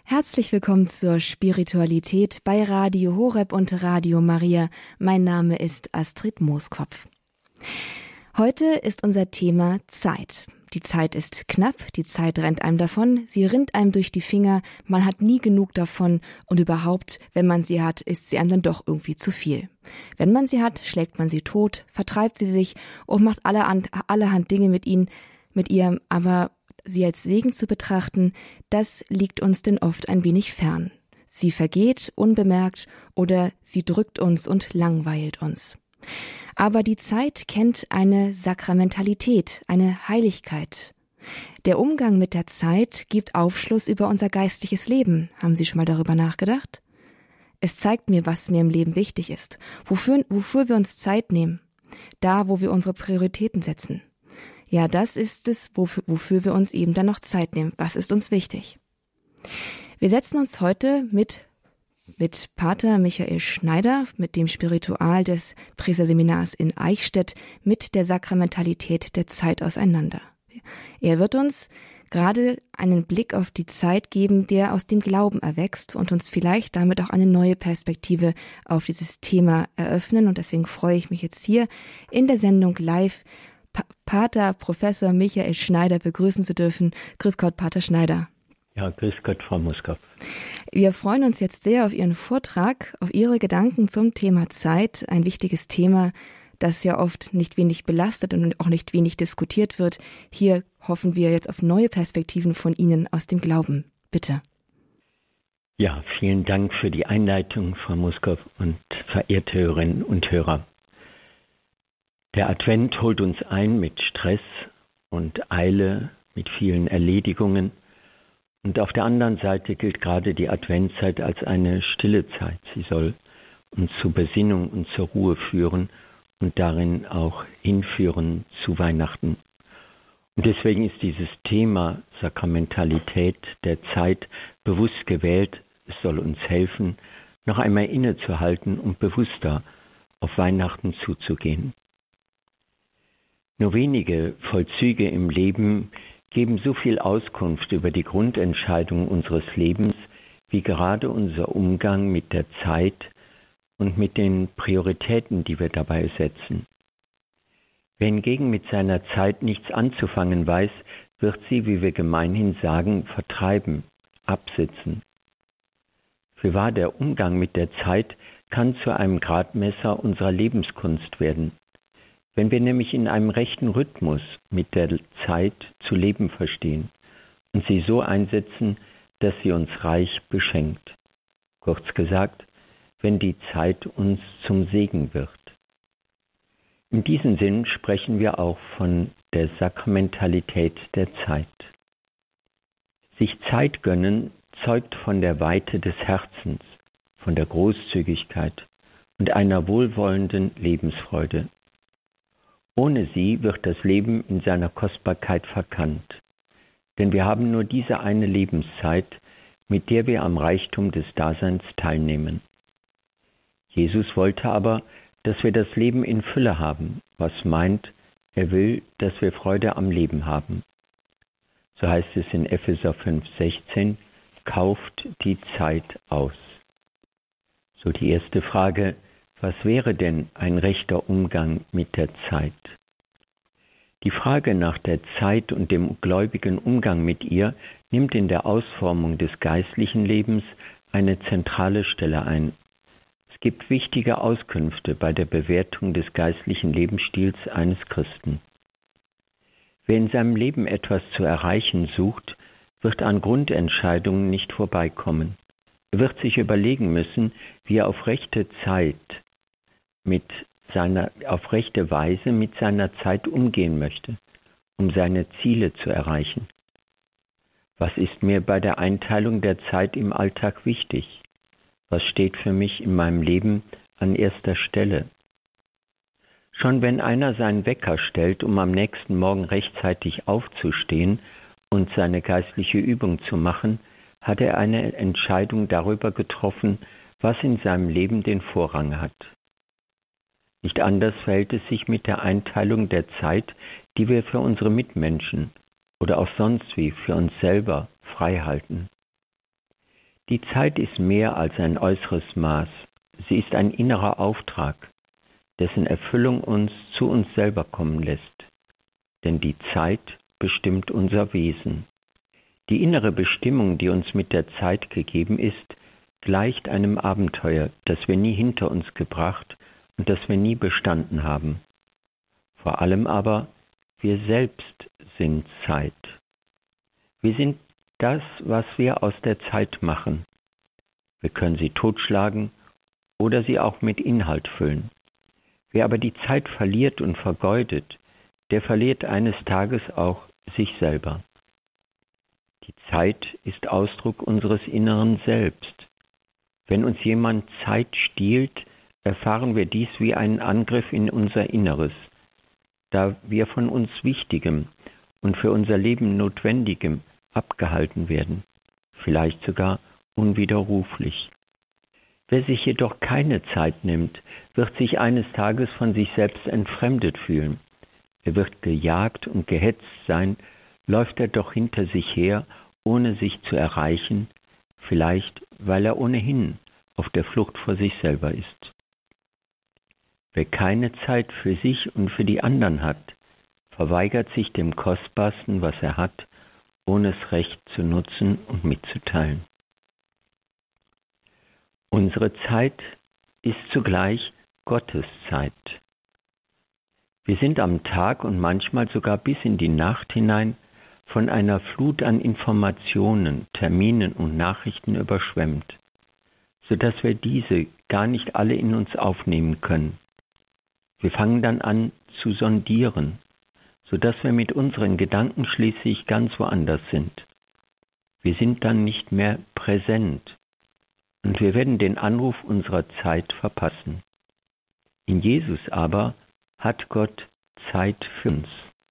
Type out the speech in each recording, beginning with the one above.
Herzlich willkommen zur Spiritualität bei Radio Horeb und Radio Maria. Mein Name ist Astrid Mooskopf. Heute ist unser Thema Zeit. Die Zeit ist knapp, die Zeit rennt einem davon, sie rinnt einem durch die Finger, man hat nie genug davon und überhaupt, wenn man sie hat, ist sie einem dann doch irgendwie zu viel. Wenn man sie hat, schlägt man sie tot, vertreibt sie sich und macht allerhand Dinge mit ihr, aber sie als Segen zu betrachten, das liegt uns denn oft ein wenig fern. Sie vergeht unbemerkt oder sie drückt uns und langweilt uns. Aber die Zeit kennt eine Sakramentalität, eine Heiligkeit. Der Umgang mit der Zeit gibt Aufschluss über unser geistliches Leben. Haben Sie schon mal darüber nachgedacht? Es zeigt mir, was mir im Leben wichtig ist, wofür wir uns Zeit nehmen, da, wo wir unsere Prioritäten setzen. Ja, das ist es, wofür wir uns eben dann noch Zeit nehmen. Was ist uns wichtig? Wir setzen uns heute mit Pater Michael Schneider, mit dem Spiritual des Priesterseminars in Eichstätt, mit der Sakramentalität der Zeit auseinander. Er wird uns gerade einen Blick auf die Zeit geben, der aus dem Glauben erwächst und uns vielleicht damit auch eine neue Perspektive auf dieses Thema eröffnen. Und deswegen freue ich mich jetzt hier in der Sendung live Pater Professor Michael Schneider begrüßen zu dürfen. Grüß Gott, Pater Schneider. Ja, grüß Gott, Frau Mooskopf. Wir freuen uns jetzt sehr auf Ihren Vortrag, auf Ihre Gedanken zum Thema Zeit. Ein wichtiges Thema, das ja oft nicht wenig belastet und auch nicht wenig diskutiert wird. Hier hoffen wir jetzt auf neue Perspektiven von Ihnen aus dem Glauben. Bitte. Ja, vielen Dank für die Einleitung, Frau Mooskopf, und verehrte Hörerinnen und Hörer. Der Advent holt uns ein mit Stress und Eile, mit vielen Erledigungen. Und auf der anderen Seite gilt gerade die Adventszeit als eine stille Zeit. Sie soll uns zur Besinnung und zur Ruhe führen und darin auch hinführen zu Weihnachten. Und deswegen ist dieses Thema Sakramentalität der Zeit bewusst gewählt. Es soll uns helfen, noch einmal innezuhalten und bewusster auf Weihnachten zuzugehen. Nur wenige Vollzüge im Leben geben so viel Auskunft über die Grundentscheidung unseres Lebens, wie gerade unser Umgang mit der Zeit und mit den Prioritäten, die wir dabei setzen. Wer hingegen mit seiner Zeit nichts anzufangen weiß, wird sie, wie wir gemeinhin sagen, vertreiben, absitzen. Fürwahr, der Umgang mit der Zeit kann zu einem Gradmesser unserer Lebenskunst werden. Wenn wir nämlich in einem rechten Rhythmus mit der Zeit zu leben verstehen und sie so einsetzen, dass sie uns reich beschenkt. Kurz gesagt, wenn die Zeit uns zum Segen wird. In diesem Sinn sprechen wir auch von der Sakramentalität der Zeit. Sich Zeit gönnen zeugt von der Weite des Herzens, von der Großzügigkeit und einer wohlwollenden Lebensfreude. Ohne sie wird das Leben in seiner Kostbarkeit verkannt. Denn wir haben nur diese eine Lebenszeit, mit der wir am Reichtum des Daseins teilnehmen. Jesus wollte aber, dass wir das Leben in Fülle haben, was meint, er will, dass wir Freude am Leben haben. So heißt es in Epheser 5,16, kauft die Zeit aus. So die erste Frage: Was wäre denn ein rechter Umgang mit der Zeit? Die Frage nach der Zeit und dem gläubigen Umgang mit ihr nimmt in der Ausformung des geistlichen Lebens eine zentrale Stelle ein. Es gibt wichtige Auskünfte bei der Bewertung des geistlichen Lebensstils eines Christen. Wer in seinem Leben etwas zu erreichen sucht, wird an Grundentscheidungen nicht vorbeikommen. Er wird sich überlegen müssen, wie er auf rechte Weise mit seiner Zeit umgehen möchte, um seine Ziele zu erreichen. Was ist mir bei der Einteilung der Zeit im Alltag wichtig? Was steht für mich in meinem Leben an erster Stelle? Schon wenn einer seinen Wecker stellt, um am nächsten Morgen rechtzeitig aufzustehen und seine geistliche Übung zu machen, hat er eine Entscheidung darüber getroffen, was in seinem Leben den Vorrang hat. Nicht anders verhält es sich mit der Einteilung der Zeit, die wir für unsere Mitmenschen oder auch sonst wie für uns selber frei halten. Die Zeit ist mehr als ein äußeres Maß. Sie ist ein innerer Auftrag, dessen Erfüllung uns zu uns selber kommen lässt. Denn die Zeit bestimmt unser Wesen. Die innere Bestimmung, die uns mit der Zeit gegeben ist, gleicht einem Abenteuer, das wir nie hinter uns gebracht und das wir nie bestanden haben. Vor allem aber, wir selbst sind Zeit. Wir sind das, was wir aus der Zeit machen. Wir können sie totschlagen oder sie auch mit Inhalt füllen. Wer aber die Zeit verliert und vergeudet, der verliert eines Tages auch sich selber. Die Zeit ist Ausdruck unseres inneren Selbst. Wenn uns jemand Zeit stiehlt, erfahren wir dies wie einen Angriff in unser Inneres, da wir von uns Wichtigem und für unser Leben Notwendigem abgehalten werden, vielleicht sogar unwiderruflich. Wer sich jedoch keine Zeit nimmt, wird sich eines Tages von sich selbst entfremdet fühlen. Er wird gejagt und gehetzt sein, läuft er doch hinter sich her, ohne sich zu erreichen, vielleicht weil er ohnehin auf der Flucht vor sich selber ist. Wer keine Zeit für sich und für die anderen hat, verweigert sich dem Kostbarsten, was er hat, ohne es recht zu nutzen und mitzuteilen. Unsere Zeit ist zugleich Gottes Zeit. Wir sind am Tag und manchmal sogar bis in die Nacht hinein von einer Flut an Informationen, Terminen und Nachrichten überschwemmt, sodass wir diese gar nicht alle in uns aufnehmen können. Wir fangen dann an zu sondieren, sodass wir mit unseren Gedanken schließlich ganz woanders sind. Wir sind dann nicht mehr präsent und wir werden den Anruf unserer Zeit verpassen. In Jesus aber hat Gott Zeit für uns.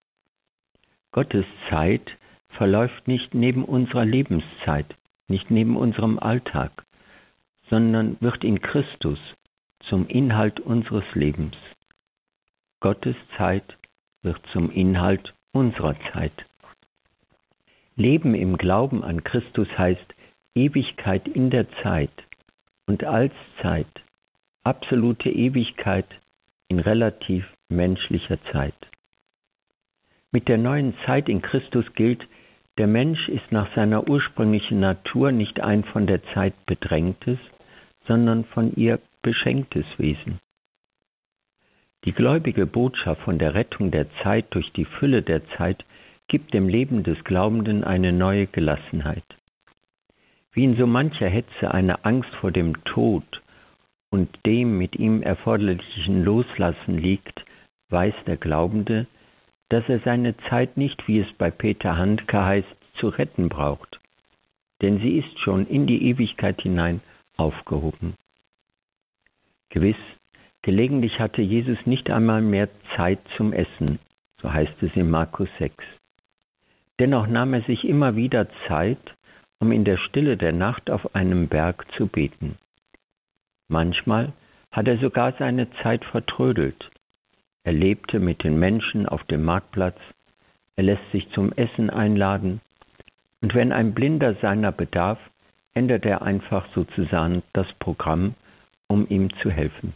Gottes Zeit verläuft nicht neben unserer Lebenszeit, nicht neben unserem Alltag, sondern wird in Christus zum Inhalt unseres Lebens. Gottes Zeit wird zum Inhalt unserer Zeit. Leben im Glauben an Christus heißt Ewigkeit in der Zeit und als Zeit, absolute Ewigkeit in relativ menschlicher Zeit. Mit der neuen Zeit in Christus gilt, der Mensch ist nach seiner ursprünglichen Natur nicht ein von der Zeit bedrängtes, sondern von ihr beschenktes Wesen. Die gläubige Botschaft von der Rettung der Zeit durch die Fülle der Zeit gibt dem Leben des Glaubenden eine neue Gelassenheit. Wie in so mancher Hetze eine Angst vor dem Tod und dem mit ihm erforderlichen Loslassen liegt, weiß der Glaubende, dass er seine Zeit nicht, wie es bei Peter Handke heißt, zu retten braucht, denn sie ist schon in die Ewigkeit hinein aufgehoben. Gewiss, gelegentlich hatte Jesus nicht einmal mehr Zeit zum Essen, so heißt es in Markus 6. Dennoch nahm er sich immer wieder Zeit, um in der Stille der Nacht auf einem Berg zu beten. Manchmal hat er sogar seine Zeit vertrödelt. Er lebte mit den Menschen auf dem Marktplatz, er lässt sich zum Essen einladen und wenn ein Blinder seiner bedarf, ändert er einfach sozusagen das Programm, um ihm zu helfen.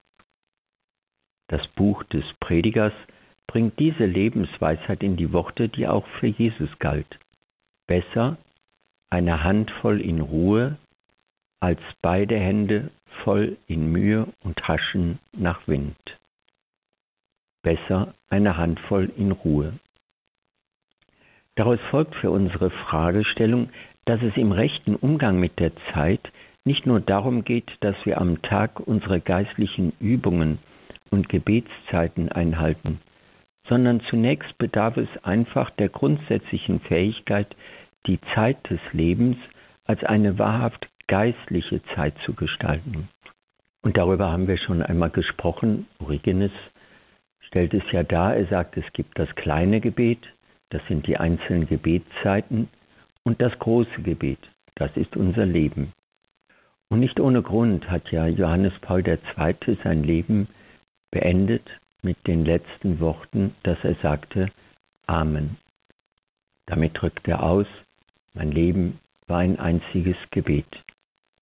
Das Buch des Predigers bringt diese Lebensweisheit in die Worte, die auch für Jesus galt. Besser eine Handvoll in Ruhe, als beide Hände voll in Mühe und Haschen nach Wind. Besser eine Handvoll in Ruhe. Daraus folgt für unsere Fragestellung, dass es im rechten Umgang mit der Zeit nicht nur darum geht, dass wir am Tag unsere geistlichen Übungen und Gebetszeiten einhalten, sondern zunächst bedarf es einfach der grundsätzlichen Fähigkeit, die Zeit des Lebens als eine wahrhaft geistliche Zeit zu gestalten. Und darüber haben wir schon einmal gesprochen. Origenes stellt es ja dar, er sagt, es gibt das kleine Gebet, das sind die einzelnen Gebetszeiten, und das große Gebet, das ist unser Leben. Und nicht ohne Grund hat ja Johannes Paul II. Sein Leben beendet mit den letzten Worten, dass er sagte, Amen. Damit drückt er aus, mein Leben war ein einziges Gebet.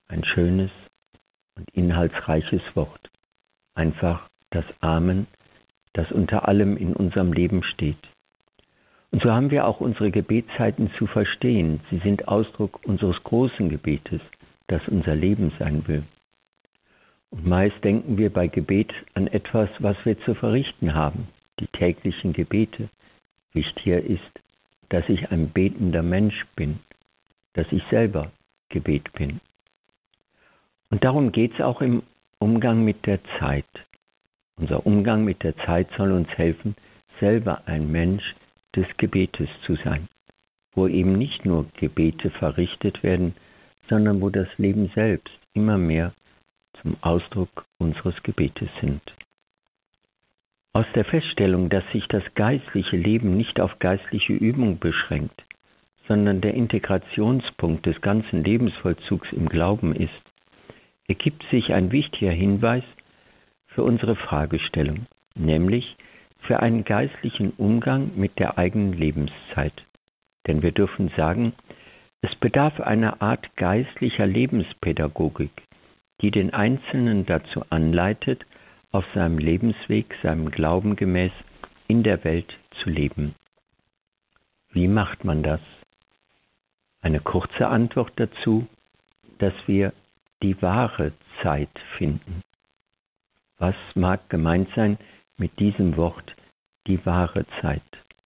Ein schönes und inhaltsreiches Wort. Einfach das Amen, das unter allem in unserem Leben steht. Und so haben wir auch unsere Gebetszeiten zu verstehen. Sie sind Ausdruck unseres großen Gebetes, das unser Leben sein will. Und meist denken wir bei Gebet an etwas, was wir zu verrichten haben, die täglichen Gebete. Wichtiger ist, dass ich ein betender Mensch bin, dass ich selber Gebet bin. Und darum geht es auch im Umgang mit der Zeit. Unser Umgang mit der Zeit soll uns helfen, selber ein Mensch des Gebetes zu sein, wo eben nicht nur Gebete verrichtet werden, sondern wo das Leben selbst immer mehr zum Ausdruck unseres Gebetes sind. Aus der Feststellung, dass sich das geistliche Leben nicht auf geistliche Übung beschränkt, sondern der Integrationspunkt des ganzen Lebensvollzugs im Glauben ist, ergibt sich ein wichtiger Hinweis für unsere Fragestellung, nämlich für einen geistlichen Umgang mit der eigenen Lebenszeit. Denn wir dürfen sagen, es bedarf einer Art geistlicher Lebenspädagogik, die den Einzelnen dazu anleitet, auf seinem Lebensweg, seinem Glauben gemäß in der Welt zu leben. Wie macht man das? Eine kurze Antwort dazu, dass wir die wahre Zeit finden. Was mag gemeint sein mit diesem Wort, die wahre Zeit?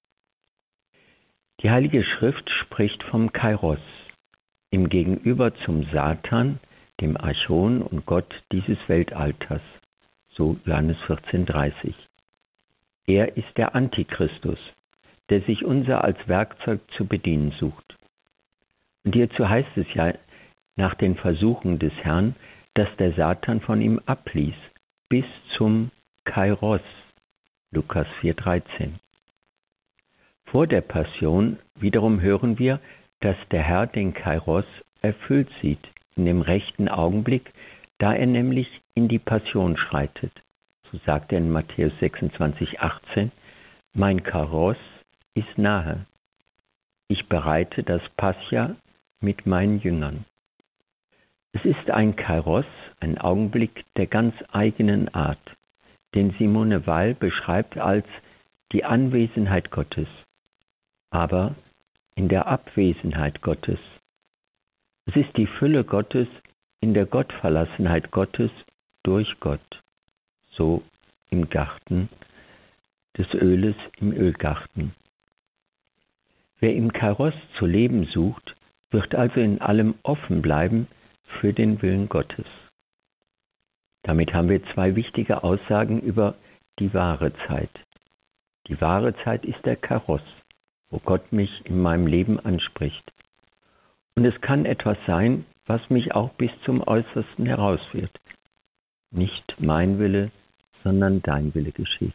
Die Heilige Schrift spricht vom Kairos, im Gegenüber zum Satan, dem Archon und Gott dieses Weltalters, so Johannes 14,30. Er ist der Antichristus, der sich unser als Werkzeug zu bedienen sucht. Und hierzu heißt es ja nach den Versuchen des Herrn, dass der Satan von ihm abließ, bis zum Kairos, Lukas 4,13. Vor der Passion wiederum hören wir, dass der Herr den Kairos erfüllt sieht, in dem rechten Augenblick, da er nämlich in die Passion schreitet. So sagt er in Matthäus 26,18, mein Kairos ist nahe. Ich bereite das Pascha mit meinen Jüngern. Es ist ein Kairos, ein Augenblick der ganz eigenen Art, den Simone Weil beschreibt als die Anwesenheit Gottes, aber in der Abwesenheit Gottes. Es ist die Fülle Gottes in der Gottverlassenheit Gottes durch Gott, so im Garten des Öles, im Ölgarten. Wer im Kairos zu leben sucht, wird also in allem offen bleiben für den Willen Gottes. Damit haben wir zwei wichtige Aussagen über die wahre Zeit. Die wahre Zeit ist der Kairos, wo Gott mich in meinem Leben anspricht. Und es kann etwas sein, was mich auch bis zum Äußersten herausführt. Nicht mein Wille, sondern dein Wille geschieht.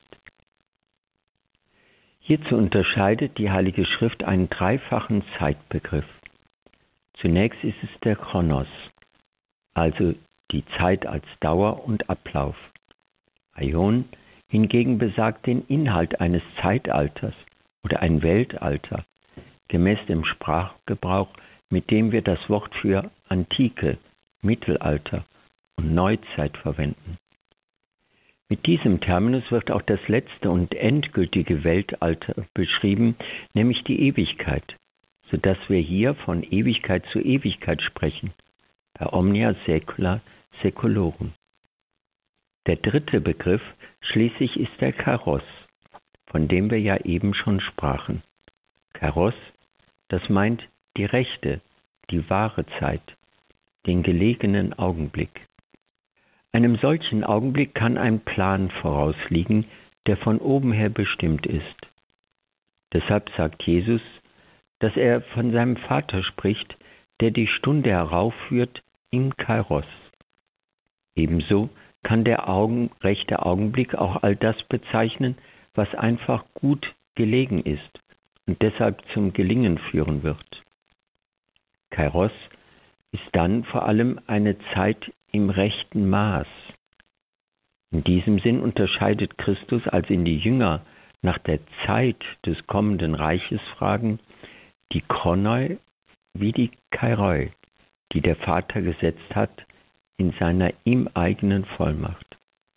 Hierzu unterscheidet die Heilige Schrift einen dreifachen Zeitbegriff. Zunächst ist es der Chronos, also die Zeit als Dauer und Ablauf. Aion hingegen besagt den Inhalt eines Zeitalters oder ein Weltalter, gemäß dem Sprachgebrauch, mit dem wir das Wort für Antike, Mittelalter und Neuzeit verwenden. Mit diesem Terminus wird auch das letzte und endgültige Weltalter beschrieben, nämlich die Ewigkeit, sodass wir hier von Ewigkeit zu Ewigkeit sprechen, per omnia saecula saeculorum. Der dritte Begriff schließlich ist der Kairos, von dem wir ja eben schon sprachen. Kairos, das meint die rechte, die wahre Zeit, den gelegenen Augenblick. Einem solchen Augenblick kann ein Plan vorausliegen, der von oben her bestimmt ist. Deshalb sagt Jesus, dass er von seinem Vater spricht, der die Stunde heraufführt im Kairos. Ebenso kann der rechte Augenblick auch all das bezeichnen, was einfach gut gelegen ist und deshalb zum Gelingen führen wird. Kairos ist dann vor allem eine Zeit im rechten Maß. In diesem Sinn unterscheidet Christus, als ihn die Jünger nach der Zeit des kommenden Reiches fragen, die Chronoi wie die Kairoi, die der Vater gesetzt hat in seiner ihm eigenen Vollmacht.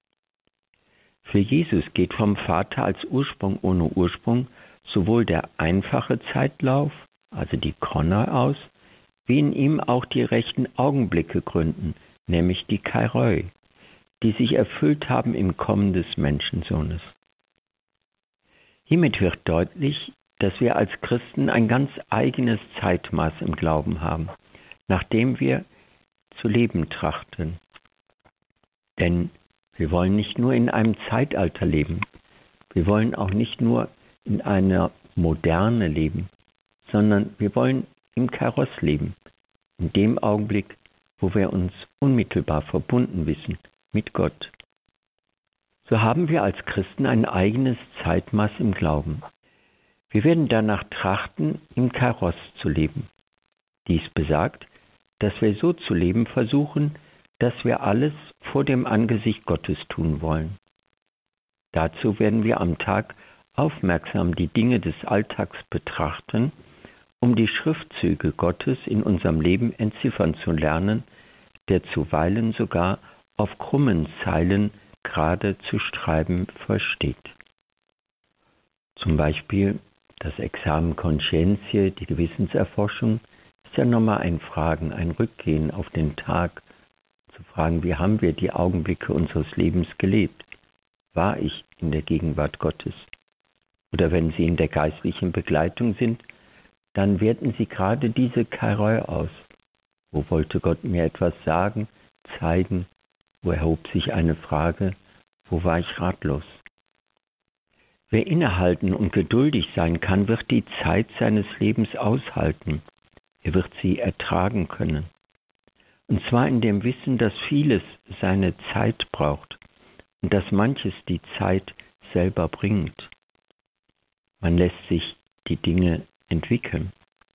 Für Jesus geht vom Vater als Ursprung ohne Ursprung sowohl der einfache Zeitlauf, also die Chronos, aus, wie in ihm auch die rechten Augenblicke gründen, nämlich die Kairoi, die sich erfüllt haben im Kommen des Menschensohnes. Hiermit wird deutlich, dass wir als Christen ein ganz eigenes Zeitmaß im Glauben haben, nach dem wir zu leben trachten. Denn wir wollen nicht nur in einem Zeitalter leben, wir wollen auch nicht nur in einer Moderne leben, sondern wir wollen im Kairos leben, in dem Augenblick, wo wir uns unmittelbar verbunden wissen mit Gott. So haben wir als Christen ein eigenes Zeitmaß im Glauben. Wir werden danach trachten, im Kairos zu leben. Dies besagt, dass wir so zu leben versuchen, dass wir alles vor dem Angesicht Gottes tun wollen. Dazu werden wir am Tag aufmerksam die Dinge des Alltags betrachten, um die Schriftzüge Gottes in unserem Leben entziffern zu lernen, der zuweilen sogar auf krummen Zeilen gerade zu schreiben versteht. Zum Beispiel das Examen Conscientiae, die Gewissenserforschung, ist ja nochmal ein Fragen, ein Rückgehen auf den Tag, zu fragen, wie haben wir die Augenblicke unseres Lebens gelebt? War ich in der Gegenwart Gottes? Oder wenn Sie in der geistlichen Begleitung sind, dann werten Sie gerade diese Kairoi aus. Wo wollte Gott mir etwas sagen, zeigen? Wo erhob sich eine Frage? Wo war ich ratlos? Wer innehalten und geduldig sein kann, wird die Zeit seines Lebens aushalten. Er wird sie ertragen können. Und zwar in dem Wissen, dass vieles seine Zeit braucht und dass manches die Zeit selber bringt. Man lässt sich die Dinge entwickeln.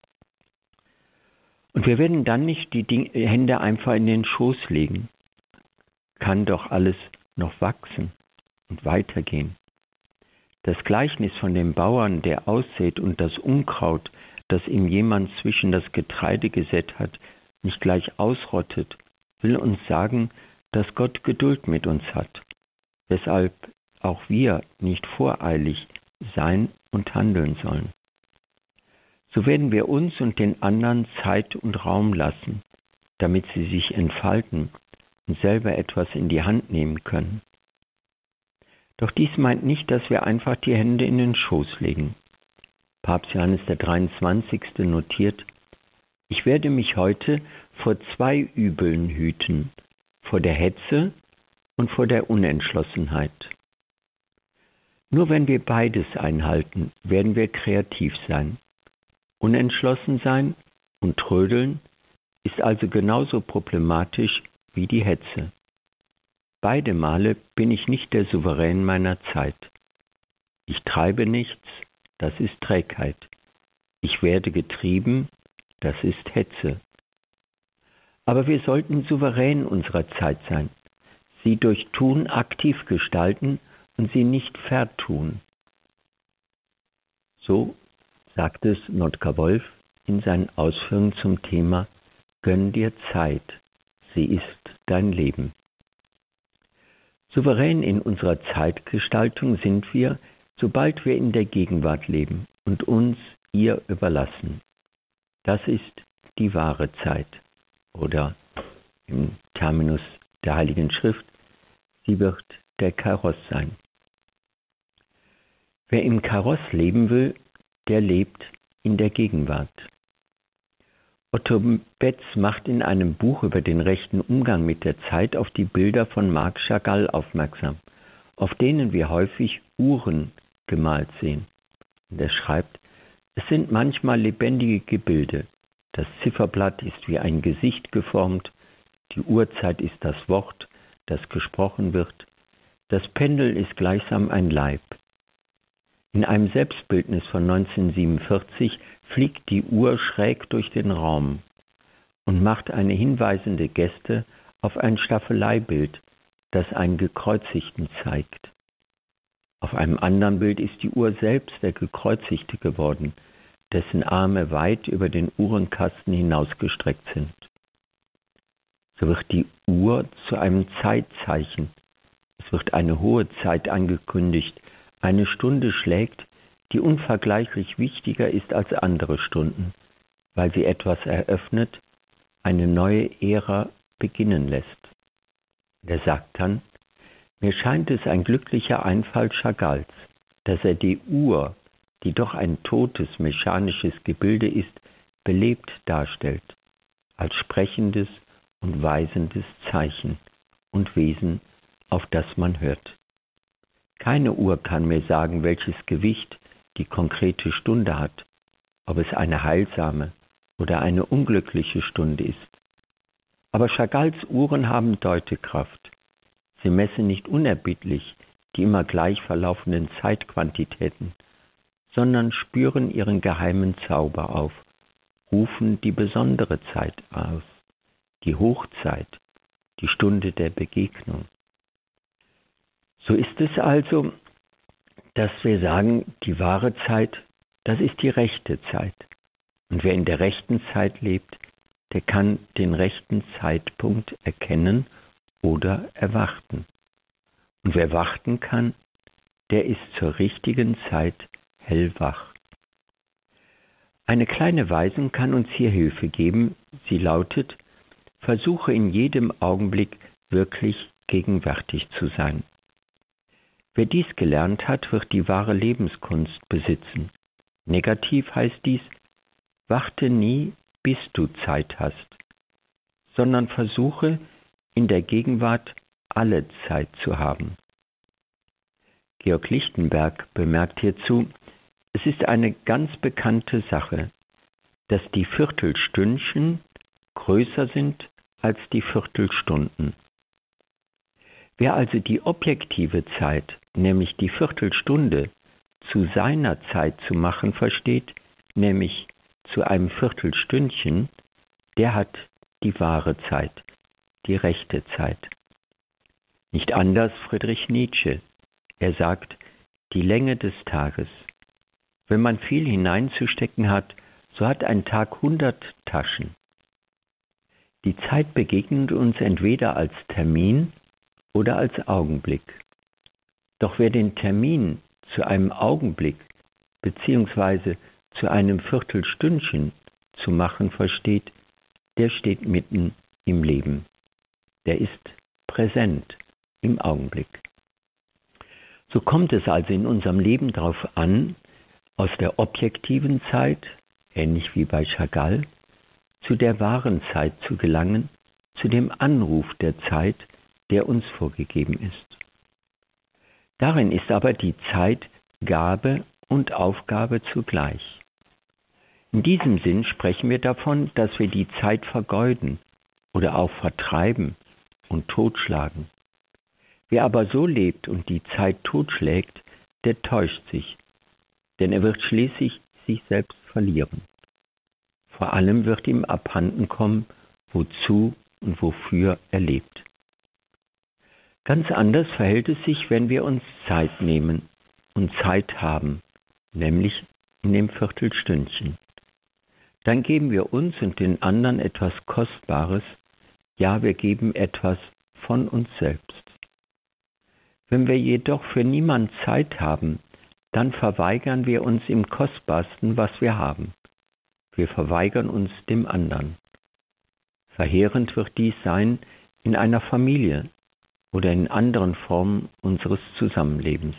Und wir werden dann nicht die Hände einfach in den Schoß legen. Kann doch alles noch wachsen und weitergehen. Das Gleichnis von dem Bauern, der aussät und das Unkraut, das ihm jemand zwischen das Getreide gesät hat, nicht gleich ausrottet, will uns sagen, dass Gott Geduld mit uns hat, weshalb auch wir nicht voreilig sein und handeln sollen. So werden wir uns und den anderen Zeit und Raum lassen, damit sie sich entfalten und selber etwas in die Hand nehmen können. Doch dies meint nicht, dass wir einfach die Hände in den Schoß legen. Papst Johannes der 23. notiert: Ich werde mich heute vor zwei Übeln hüten, vor der Hetze und vor der Unentschlossenheit. Nur wenn wir beides einhalten, werden wir kreativ sein. Unentschlossen sein und trödeln ist also genauso problematisch wie die Hetze. Beide Male bin ich nicht der Souverän meiner Zeit. Ich treibe nichts, das ist Trägheit. Ich werde getrieben, das ist Hetze. Aber wir sollten souverän unserer Zeit sein, sie durch Tun aktiv gestalten und sie nicht vertun. So sagt es Notker Wolf in seinen Ausführungen zum Thema Gönn dir Zeit, sie ist dein Leben. Souverän in unserer Zeitgestaltung sind wir, sobald wir in der Gegenwart leben und uns ihr überlassen. Das ist die wahre Zeit. Oder im Terminus der Heiligen Schrift, sie wird der Kairos sein. Wer im Kairos leben will, der lebt in der Gegenwart. Otto Betz macht in einem Buch über den rechten Umgang mit der Zeit auf die Bilder von Marc Chagall aufmerksam, auf denen wir häufig Uhren gemalt sehen. Und er schreibt, es sind manchmal lebendige Gebilde. Das Zifferblatt ist wie ein Gesicht geformt, die Uhrzeit ist das Wort, das gesprochen wird, das Pendel ist gleichsam ein Leib. In einem Selbstbildnis von 1947 fliegt die Uhr schräg durch den Raum und macht eine hinweisende Geste auf ein Staffeleibild, das einen Gekreuzigten zeigt. Auf einem anderen Bild ist die Uhr selbst der Gekreuzigte geworden, dessen Arme weit über den Uhrenkasten hinausgestreckt sind. So wird die Uhr zu einem Zeitzeichen. Es wird eine hohe Zeit angekündigt. Eine Stunde schlägt, die unvergleichlich wichtiger ist als andere Stunden, weil sie etwas eröffnet, eine neue Ära beginnen lässt. Er sagt dann: Mir scheint es ein glücklicher Einfall Chagalls, dass er die Uhr, die doch ein totes mechanisches Gebilde ist, belebt darstellt, als sprechendes und weisendes Zeichen und Wesen, auf das man hört. Keine Uhr kann mir sagen, welches Gewicht die konkrete Stunde hat, ob es eine heilsame oder eine unglückliche Stunde ist. Aber Chagalls Uhren haben Deutekraft. Sie messen nicht unerbittlich die immer gleich verlaufenden Zeitquantitäten, sondern spüren ihren geheimen Zauber auf, rufen die besondere Zeit aus, die Hochzeit, die Stunde der Begegnung. So ist es also, dass wir sagen, die wahre Zeit, das ist die rechte Zeit. Und wer in der rechten Zeit lebt, der kann den rechten Zeitpunkt erkennen oder erwarten. Und wer warten kann, der ist zur richtigen Zeit hellwach. Eine kleine Weisung kann uns hier Hilfe geben. Sie lautet: Versuche in jedem Augenblick wirklich gegenwärtig zu sein. Wer dies gelernt hat, wird die wahre Lebenskunst besitzen. Negativ heißt dies: Warte nie, bis du Zeit hast, sondern versuche, in der Gegenwart alle Zeit zu haben. Georg Lichtenberg bemerkt hierzu: Es ist eine ganz bekannte Sache, dass die Viertelstündchen größer sind als die Viertelstunden. Wer also die objektive Zeit, nämlich die Viertelstunde, zu seiner Zeit zu machen versteht, nämlich zu einem Viertelstündchen, der hat die wahre Zeit, die rechte Zeit. Nicht anders Friedrich Nietzsche. Er sagt, die Länge des Tages. Wenn man viel hineinzustecken hat, so hat ein Tag 100 Taschen. Die Zeit begegnet uns entweder als Termin oder als Augenblick. Doch wer den Termin zu einem Augenblick bzw. zu einem Viertelstündchen zu machen versteht, der steht mitten im Leben. Der ist präsent im Augenblick. So kommt es also in unserem Leben darauf an, aus der objektiven Zeit, ähnlich wie bei Chagall, zu der wahren Zeit zu gelangen, zu dem Anruf der Zeit, der uns vorgegeben ist. Darin ist aber die Zeit Gabe und Aufgabe zugleich. In diesem Sinn sprechen wir davon, dass wir die Zeit vergeuden oder auch vertreiben und totschlagen. Wer aber so lebt und die Zeit totschlägt, der täuscht sich, denn er wird schließlich sich selbst verlieren. Vor allem wird ihm abhanden kommen, wozu und wofür er lebt. Ganz anders verhält es sich, wenn wir uns Zeit nehmen und Zeit haben, nämlich in dem Viertelstündchen. Dann geben wir uns und den anderen etwas Kostbares, ja, wir geben etwas von uns selbst. Wenn wir jedoch für niemand Zeit haben, dann verweigern wir uns im Kostbarsten, was wir haben. Wir verweigern uns dem anderen. Verheerend wird dies sein in einer Familie oder in anderen Formen unseres Zusammenlebens.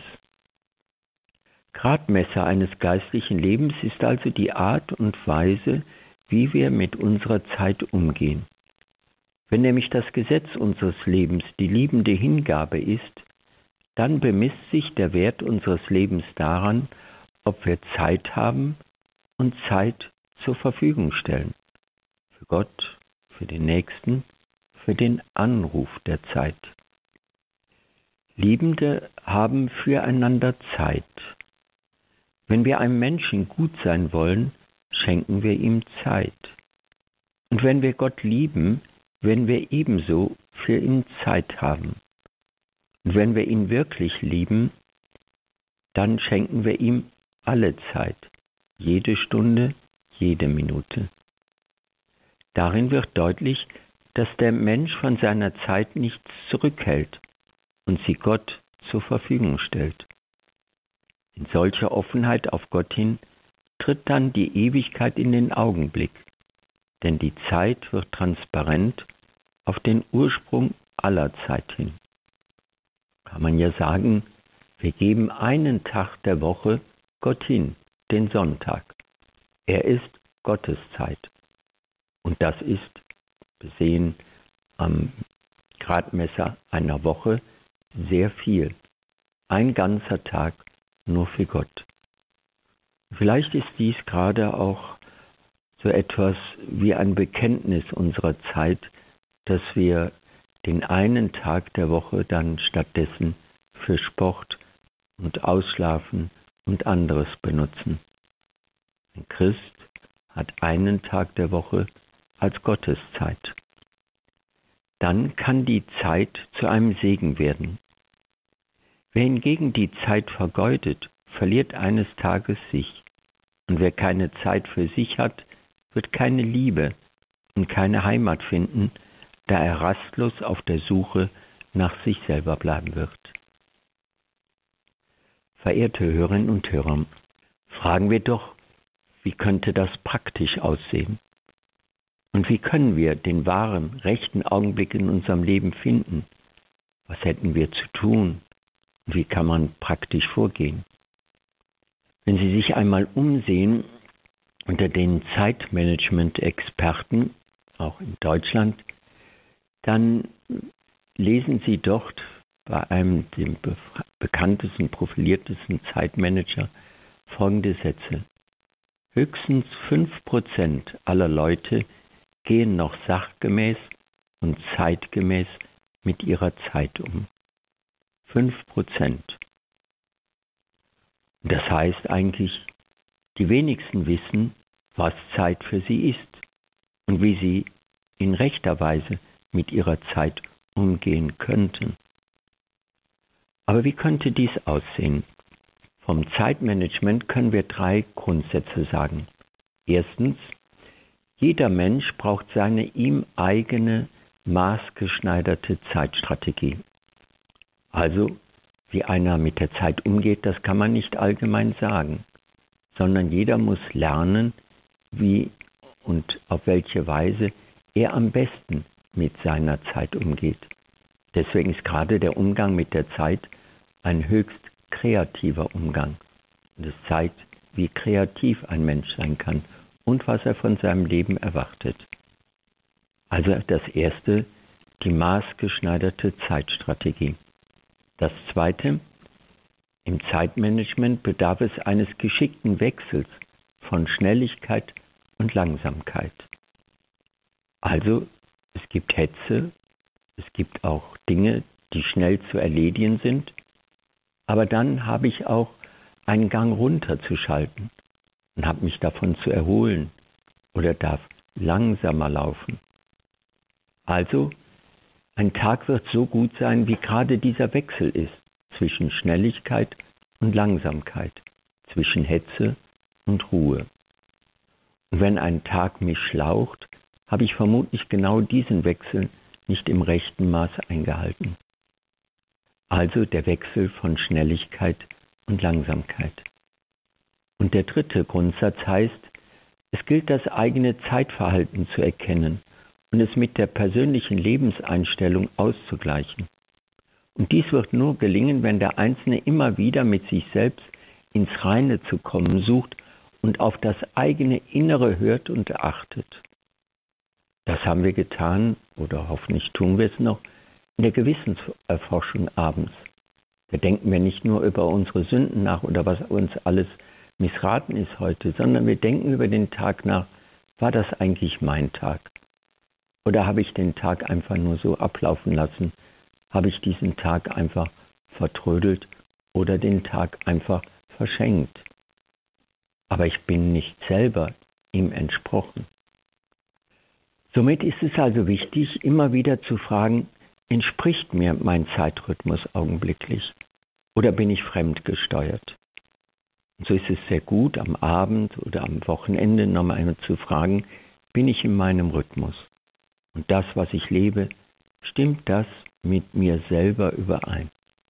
Gradmesser eines geistlichen Lebens ist also die Art und Weise, wie wir mit unserer Zeit umgehen. Wenn nämlich das Gesetz unseres Lebens die liebende Hingabe ist, dann bemisst sich der Wert unseres Lebens daran, ob wir Zeit haben und Zeit zur Verfügung stellen. Für Gott, für den Nächsten, für den Anruf der Zeit. Liebende haben füreinander Zeit. Wenn wir einem Menschen gut sein wollen, schenken wir ihm Zeit. Und wenn wir Gott lieben, werden wir ebenso für ihn Zeit haben. Und wenn wir ihn wirklich lieben, dann schenken wir ihm alle Zeit, jede Stunde, jede Minute. Darin wird deutlich, dass der Mensch von seiner Zeit nichts zurückhält und sie Gott zur Verfügung stellt. In solcher Offenheit auf Gott hin tritt dann die Ewigkeit in den Augenblick, denn die Zeit wird transparent auf den Ursprung aller Zeit hin. Kann man ja sagen, wir geben einen Tag der Woche Gott hin, den Sonntag. Er ist Gottes Zeit. Und das ist, besehen am Gradmesser einer Woche, sehr viel. Ein ganzer Tag nur für Gott. Vielleicht ist dies gerade auch so etwas wie ein Bekenntnis unserer Zeit, dass wir den einen Tag der Woche dann stattdessen für Sport und Ausschlafen und anderes benutzen. Ein Christ hat einen Tag der Woche als Gotteszeit. Dann kann die Zeit zu einem Segen werden. Wer hingegen die Zeit vergeudet, verliert eines Tages sich. Und wer keine Zeit für sich hat, wird keine Liebe und keine Heimat finden, da er rastlos auf der Suche nach sich selber bleiben wird. Verehrte Hörerinnen und Hörer, fragen wir doch, wie könnte das praktisch aussehen? Und wie können wir den wahren, rechten Augenblick in unserem Leben finden? Was hätten wir zu tun? Und wie kann man praktisch vorgehen? Wenn Sie sich einmal umsehen unter den Zeitmanagement-Experten, auch in Deutschland, dann lesen Sie dort bei einem dem bekanntesten, profiliertesten Zeitmanager folgende Sätze. Höchstens 5% aller Leute gehen noch sachgemäß und zeitgemäß mit ihrer Zeit um. 5%. Das heißt eigentlich, die wenigsten wissen, was Zeit für sie ist und wie sie in rechter Weise mit ihrer Zeit umgehen könnten. Aber wie könnte dies aussehen? Vom Zeitmanagement können wir 3 Grundsätze sagen. Erstens, jeder Mensch braucht seine ihm eigene, maßgeschneiderte Zeitstrategie. Also, wie einer mit der Zeit umgeht, das kann man nicht allgemein sagen, sondern jeder muss lernen, wie und auf welche Weise er am besten mit seiner Zeit umgeht. Deswegen ist gerade der Umgang mit der Zeit ein höchst kreativer Umgang. Und es zeigt, wie kreativ ein Mensch sein kann und was er von seinem Leben erwartet. Also das Erste, die maßgeschneiderte Zeitstrategie. Das Zweite, im Zeitmanagement bedarf es eines geschickten Wechsels von Schnelligkeit und Langsamkeit. Also es gibt Hetze, es gibt auch Dinge, die schnell zu erledigen sind, aber dann habe ich auch einen Gang runterzuschalten und habe mich davon zu erholen oder darf langsamer laufen. Also, ein Tag wird so gut sein, wie gerade dieser Wechsel ist zwischen Schnelligkeit und Langsamkeit, zwischen Hetze und Ruhe. Und wenn ein Tag mich schlaucht, habe ich vermutlich genau diesen Wechsel nicht im rechten Maß eingehalten. Also der Wechsel von Schnelligkeit und Langsamkeit. Und der dritte Grundsatz heißt, es gilt das eigene Zeitverhalten zu erkennen und es mit der persönlichen Lebenseinstellung auszugleichen. Und dies wird nur gelingen, wenn der Einzelne immer wieder mit sich selbst ins Reine zu kommen sucht und auf das eigene Innere hört und achtet. Das haben wir getan, oder hoffentlich tun wir es noch, in der Gewissenserforschung abends. Da denken wir nicht nur über unsere Sünden nach oder was uns alles missraten ist heute, sondern wir denken über den Tag nach, war das eigentlich mein Tag? Oder habe ich den Tag einfach nur so ablaufen lassen? Habe ich diesen Tag einfach vertrödelt oder den Tag einfach verschenkt? Aber ich bin nicht selber ihm entsprochen. Somit ist es also wichtig, immer wieder zu fragen, entspricht mir mein Zeitrhythmus augenblicklich oder bin ich fremdgesteuert? Und so ist es sehr gut, am Abend oder am Wochenende nochmal einmal zu fragen, bin ich in meinem Rhythmus? Und das, was ich lebe, stimmt das mit mir selber überein?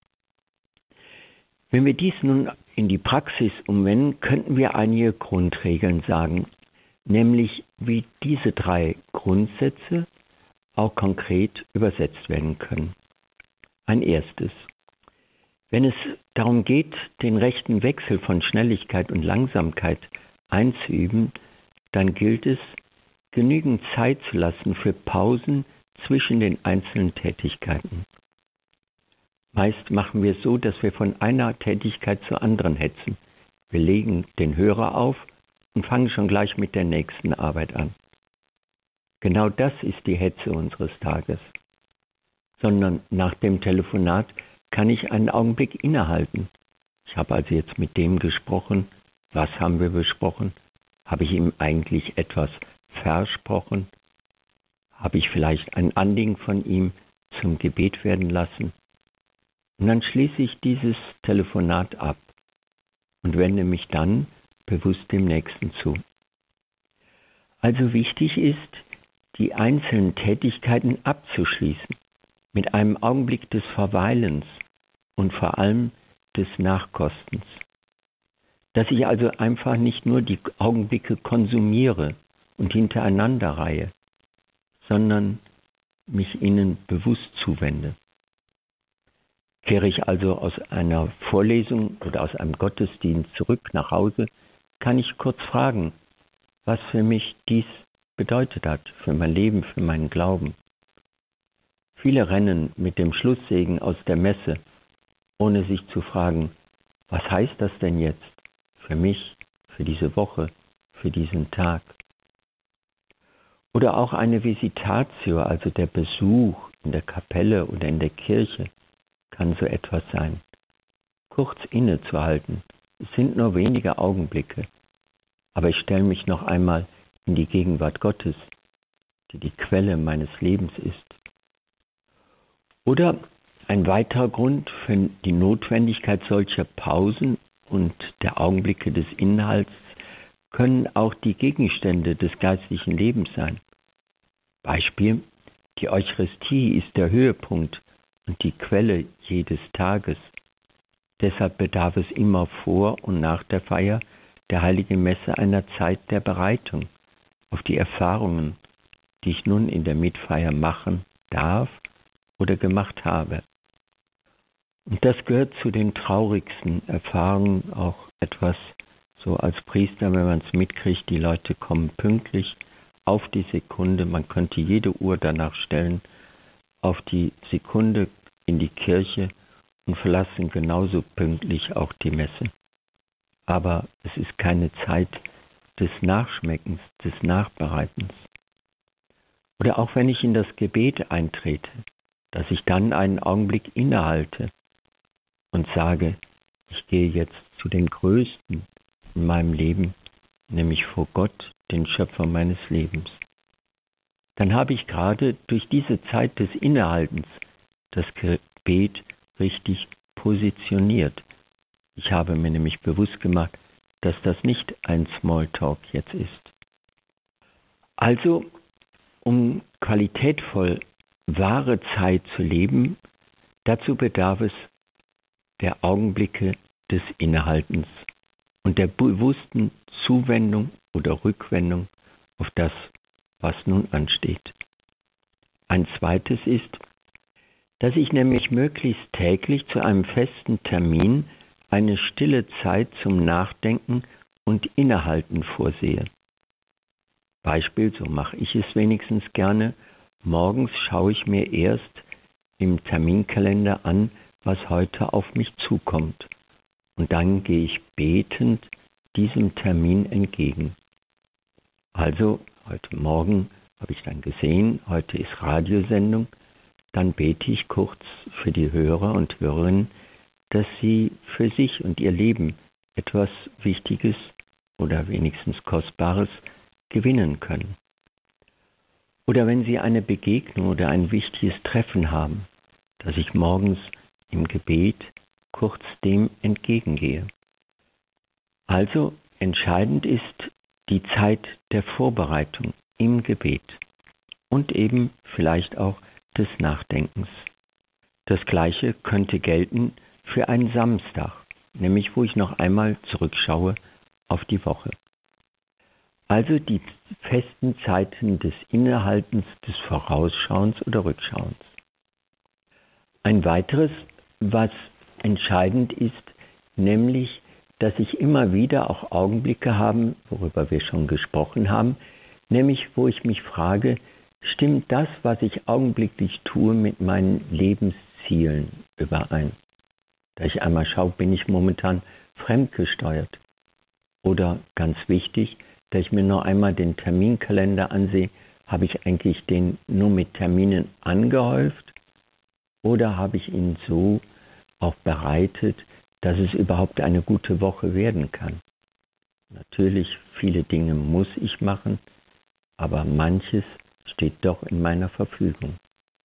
Wenn wir dies nun in die Praxis umwenden, könnten wir einige Grundregeln sagen, nämlich wie diese 3 Grundsätze auch konkret übersetzt werden können. Ein erstes. Wenn es darum geht, den rechten Wechsel von Schnelligkeit und Langsamkeit einzuüben, dann gilt es, genügend Zeit zu lassen für Pausen zwischen den einzelnen Tätigkeiten. Meist machen wir es so, dass wir von einer Tätigkeit zur anderen hetzen. Wir legen den Hörer auf und fangen schon gleich mit der nächsten Arbeit an. Genau das ist die Hetze unseres Tages. Sondern nach dem Telefonat kann ich einen Augenblick innehalten. Ich habe also jetzt mit dem gesprochen. Was haben wir besprochen? Habe ich ihm eigentlich etwas versprochen? Habe ich vielleicht ein Anliegen von ihm zum Gebet werden lassen? Und dann schließe ich dieses Telefonat ab und wende mich dann bewusst dem Nächsten zu. Also wichtig ist, die einzelnen Tätigkeiten abzuschließen mit einem Augenblick des Verweilens und vor allem des Nachkostens. Dass ich also einfach nicht nur die Augenblicke konsumiere und hintereinander reihe, sondern mich ihnen bewusst zuwende. Kehre ich also aus einer Vorlesung oder aus einem Gottesdienst zurück nach Hause, kann ich kurz fragen, was für mich dies bedeutet hat, für mein Leben, für meinen Glauben. Viele rennen mit dem Schlusssegen aus der Messe, ohne sich zu fragen, was heißt das denn jetzt für mich, für diese Woche, für diesen Tag? Oder auch eine Visitatio, also der Besuch in der Kapelle oder in der Kirche, kann so etwas sein. Kurz innezuhalten, es sind nur wenige Augenblicke, aber ich stelle mich noch einmal in die Gegenwart Gottes, die die Quelle meines Lebens ist. Oder ein weiterer Grund für die Notwendigkeit solcher Pausen und der Augenblicke des Inhalts können auch die Gegenstände des geistlichen Lebens sein. Beispiel, die Eucharistie ist der Höhepunkt und die Quelle jedes Tages. Deshalb bedarf es immer vor und nach der Feier der Heiligen Messe einer Zeit der Bereitung auf die Erfahrungen, die ich nun in der Mitfeier machen darf oder gemacht habe. Und das gehört zu den traurigsten Erfahrungen, auch etwas so als Priester, wenn man es mitkriegt, die Leute kommen pünktlich auf die Sekunde, man könnte jede Uhr danach stellen, auf die Sekunde in die Kirche und verlassen genauso pünktlich auch die Messe. Aber es ist keine Zeit des Nachschmeckens, des Nachbereitens. Oder auch wenn ich in das Gebet eintrete, dass ich dann einen Augenblick innehalte und sage, ich gehe jetzt zu den Größten in meinem Leben, nämlich vor Gott, den Schöpfer meines Lebens. Dann habe ich gerade durch diese Zeit des Innehaltens das Gebet richtig positioniert. Ich habe mir nämlich bewusst gemacht, dass das nicht ein Smalltalk jetzt ist. Also, um qualitätvoll wahre Zeit zu leben, dazu bedarf es der Augenblicke des Innehaltens und der bewussten Zuwendung oder Rückwendung auf das, was nun ansteht. Ein zweites ist, dass ich nämlich möglichst täglich zu einem festen Termin eine stille Zeit zum Nachdenken und Innehalten vorsehe. Beispiel, so mache ich es wenigstens gerne, morgens schaue ich mir erst im Terminkalender an, was heute auf mich zukommt. Und dann gehe ich betend diesem Termin entgegen. Also, heute Morgen habe ich dann gesehen, heute ist Radiosendung, dann bete ich kurz für die Hörer und Hörerinnen, dass sie für sich und ihr Leben etwas Wichtiges oder wenigstens Kostbares gewinnen können. Oder wenn sie eine Begegnung oder ein wichtiges Treffen haben, dass ich morgens im Gebet kurz dem entgegengehe. Also entscheidend ist die Zeit der Vorbereitung im Gebet und eben vielleicht auch des Nachdenkens. Das Gleiche könnte gelten für einen Samstag, nämlich wo ich noch einmal zurückschaue auf die Woche. Also die festen Zeiten des Innehaltens, des Vorausschauens oder Rückschauens. Ein weiteres, was entscheidend ist, nämlich, dass ich immer wieder auch Augenblicke habe, worüber wir schon gesprochen haben, nämlich wo ich mich frage, stimmt das, was ich augenblicklich tue, mit meinen Lebenszielen überein? Da ich einmal schaue, bin ich momentan fremdgesteuert? Oder ganz wichtig, da ich mir noch einmal den Terminkalender ansehe, habe ich eigentlich den nur mit Terminen angehäuft oder habe ich ihn so auch bereitet, dass es überhaupt eine gute Woche werden kann? Natürlich, viele Dinge muss ich machen, aber manches steht doch in meiner Verfügung.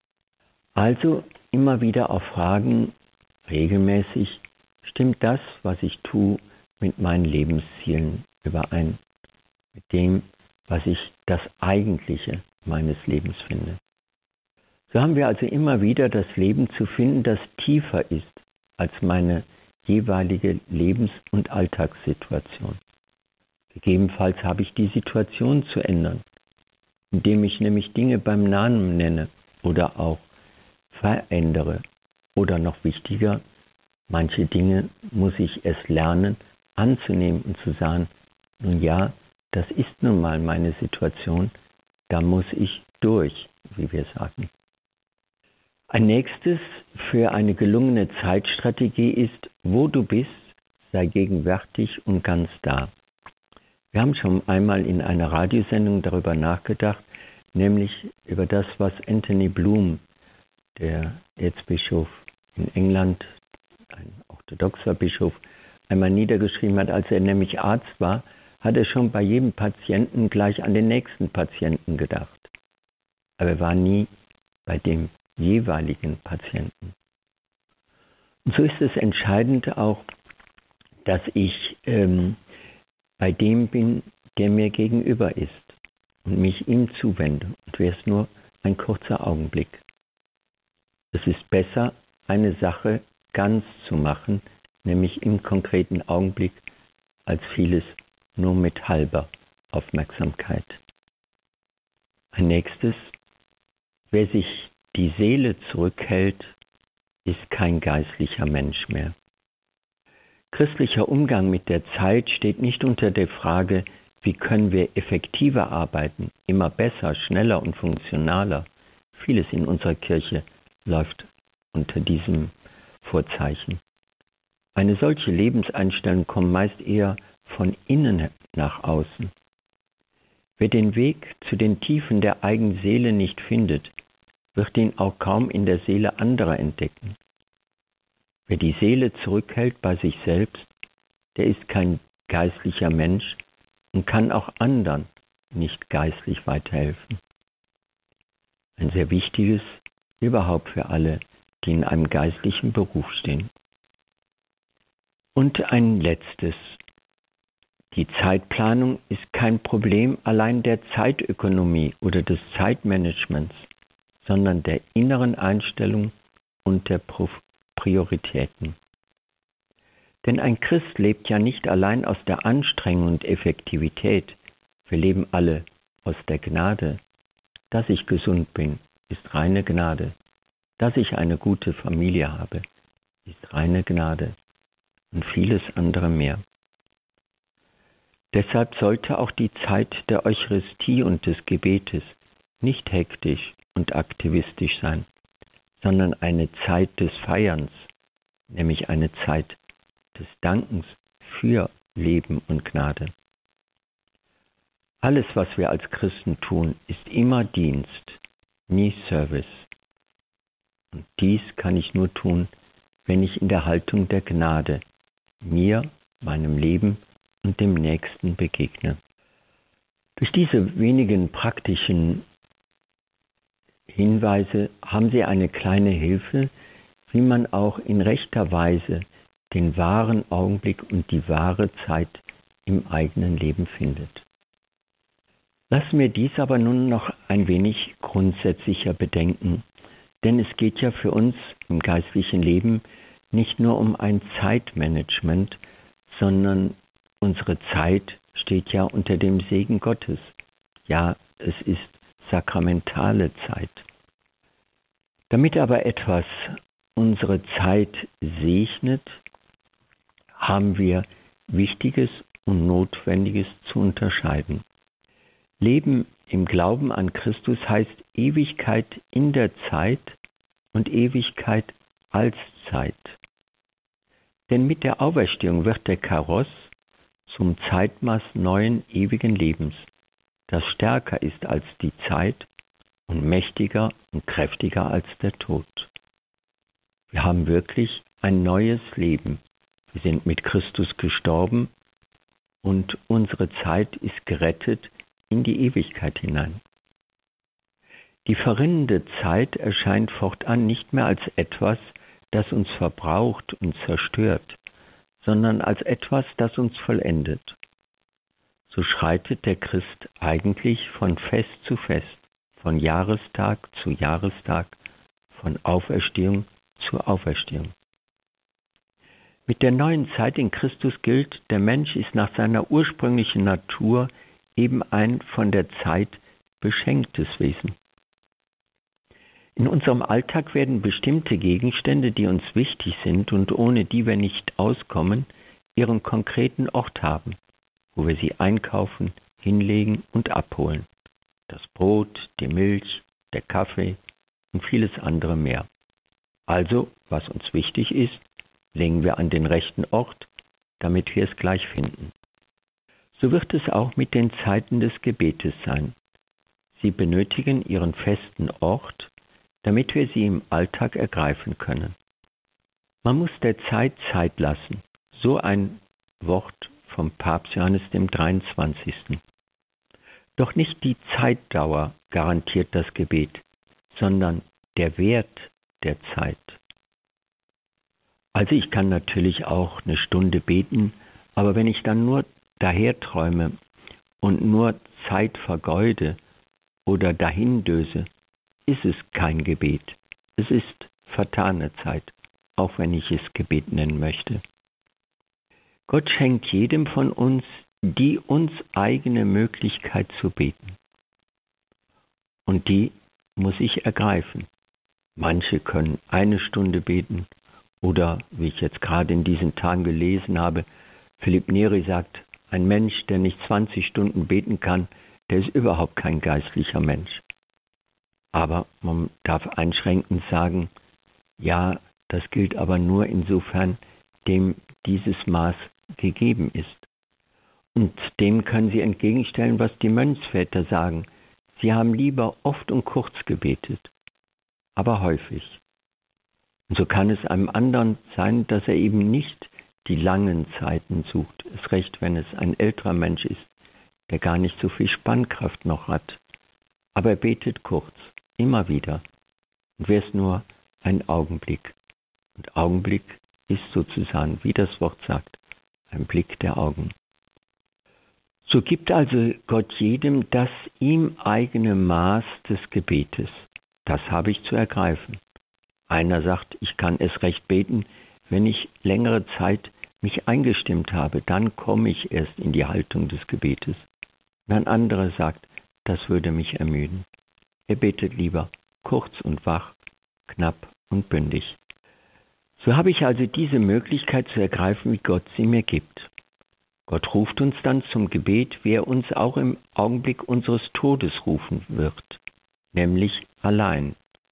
Also immer wieder auch fragen, regelmäßig, stimmt das, was ich tue, mit meinen Lebenszielen überein? Mit dem, was ich das Eigentliche meines Lebens finde. So haben wir also immer wieder das Leben zu finden, das tiefer ist als meine jeweilige Lebens- und Alltagssituation. Gegebenenfalls habe ich die Situation zu ändern, indem ich nämlich Dinge beim Namen nenne oder auch verändere. Oder noch wichtiger, manche Dinge muss ich erst lernen anzunehmen und zu sagen, nun ja, das ist nun mal meine Situation, da muss ich durch, wie wir sagen. Ein nächstes für eine gelungene Zeitstrategie ist, wo du bist, sei gegenwärtig und ganz da. Wir haben schon einmal in einer Radiosendung darüber nachgedacht, nämlich über das, was Anthony Bloom, der Erzbischof in England, ein orthodoxer Bischof, einmal niedergeschrieben hat. Als er nämlich Arzt war, hat er schon bei jedem Patienten gleich an den nächsten Patienten gedacht. Aber er war nie bei dem jeweiligen Patienten. Und so ist es entscheidend auch, dass ich bei dem bin, der mir gegenüber ist und mich ihm zuwende. Und wäre es nur ein kurzer Augenblick. Es ist besser, eine Sache ganz zu machen, nämlich im konkreten Augenblick, als vieles nur mit halber Aufmerksamkeit. Ein nächstes, wer sich die Seele zurückhält, ist kein geistlicher Mensch mehr. Christlicher Umgang mit der Zeit steht nicht unter der Frage, wie können wir effektiver arbeiten, immer besser, schneller und funktionaler. Vieles in unserer Kirche läuft unter diesem Vorzeichen. Eine solche Lebenseinstellung kommt meist eher von innen nach außen. Wer den Weg zu den Tiefen der eigenen Seele nicht findet, wird ihn auch kaum in der Seele anderer entdecken. Wer die Seele zurückhält bei sich selbst, der ist kein geistlicher Mensch und kann auch anderen nicht geistlich weiterhelfen. Ein sehr wichtiges, überhaupt für alle, die in einem geistlichen Beruf stehen. Und ein letztes. Die Zeitplanung ist kein Problem allein der Zeitökonomie oder des Zeitmanagements, sondern der inneren Einstellung und der Prioritäten. Denn ein Christ lebt ja nicht allein aus der Anstrengung und Effektivität. Wir leben alle aus der Gnade. Dass ich gesund bin, ist reine Gnade. Dass ich eine gute Familie habe, ist reine Gnade. Und vieles andere mehr. Deshalb sollte auch die Zeit der Eucharistie und des Gebetes nicht hektisch und aktivistisch sein, sondern eine Zeit des Feierns, nämlich eine Zeit des Dankens für Leben und Gnade. Alles, was wir als Christen tun, ist immer Dienst, nie Service. Und dies kann ich nur tun, wenn ich in der Haltung der Gnade mir, meinem Leben und dem Nächsten begegne. Durch diese wenigen praktischen Hinweise haben Sie eine kleine Hilfe, wie man auch in rechter Weise den wahren Augenblick und die wahre Zeit im eigenen Leben findet. Lassen wir dies aber nun noch ein wenig grundsätzlicher bedenken, denn es geht ja für uns im geistlichen Leben nicht nur um ein Zeitmanagement, sondern unsere Zeit steht ja unter dem Segen Gottes. Ja, es ist sakramentale Zeit. Damit aber etwas unsere Zeit segnet, haben wir Wichtiges und Notwendiges zu unterscheiden. Leben im Glauben an Christus heißt Ewigkeit in der Zeit und Ewigkeit als Zeit. Denn mit der Auferstehung wird der Karos zum Zeitmaß neuen ewigen Lebens, das stärker ist als die Zeit und mächtiger und kräftiger als der Tod. Wir haben wirklich ein neues Leben. Wir sind mit Christus gestorben und unsere Zeit ist gerettet in die Ewigkeit hinein. Die verrinnende Zeit erscheint fortan nicht mehr als etwas, das uns verbraucht und zerstört, sondern als etwas, das uns vollendet. So schreitet der Christ eigentlich von Fest zu Fest, von Jahrestag zu Jahrestag, von Auferstehung zu Auferstehung. Mit der neuen Zeit in Christus gilt, der Mensch ist nach seiner ursprünglichen Natur eben ein von der Zeit beschenktes Wesen. In unserem Alltag werden bestimmte Gegenstände, die uns wichtig sind und ohne die wir nicht auskommen, ihren konkreten Ort haben, wo wir sie einkaufen, hinlegen und abholen. Das Brot, die Milch, der Kaffee und vieles andere mehr. Also, was uns wichtig ist, legen wir an den rechten Ort, damit wir es gleich finden. So wird es auch mit den Zeiten des Gebetes sein. Sie benötigen ihren festen Ort, damit wir sie im Alltag ergreifen können. Man muss der Zeit Zeit lassen. So ein Wort vom Papst Johannes dem 23. Doch nicht die Zeitdauer garantiert das Gebet, sondern der Wert der Zeit. Also ich kann natürlich auch eine Stunde beten, aber wenn ich dann nur daherträume und nur Zeit vergeude oder dahindöse, ist es kein Gebet. Es ist vertane Zeit, auch wenn ich es Gebet nennen möchte. Gott schenkt jedem von uns die uns eigene Möglichkeit zu beten. Und die muss ich ergreifen. Manche können 1 Stunde beten oder, wie ich jetzt gerade in diesen Tagen gelesen habe, Philipp Neri sagt, ein Mensch, der nicht 20 Stunden beten kann, der ist überhaupt kein geistlicher Mensch. Aber man darf einschränkend sagen, ja, das gilt aber nur insofern, dem dieses Maß gegeben ist. Und dem können Sie entgegenstellen, was die Mönchsväter sagen. Sie haben lieber oft und kurz gebetet, aber häufig. Und so kann es einem anderen sein, dass er eben nicht die langen Zeiten sucht. Es recht, wenn es ein älterer Mensch ist, der gar nicht so viel Spannkraft noch hat. Aber er betet kurz, immer wieder. Und wäre es nur ein Augenblick. Und Augenblick ist sozusagen, wie das Wort sagt, ein Blick der Augen. So gibt also Gott jedem das ihm eigene Maß des Gebetes. Das habe ich zu ergreifen. Einer sagt, ich kann es recht beten, wenn ich längere Zeit mich eingestimmt habe, dann komme ich erst in die Haltung des Gebetes. Und ein anderer sagt, das würde mich ermüden. Er betet lieber kurz und wach, knapp und bündig. So habe ich also diese Möglichkeit zu ergreifen, wie Gott sie mir gibt. Gott ruft uns dann zum Gebet, wie er uns auch im Augenblick unseres Todes rufen wird, nämlich allein.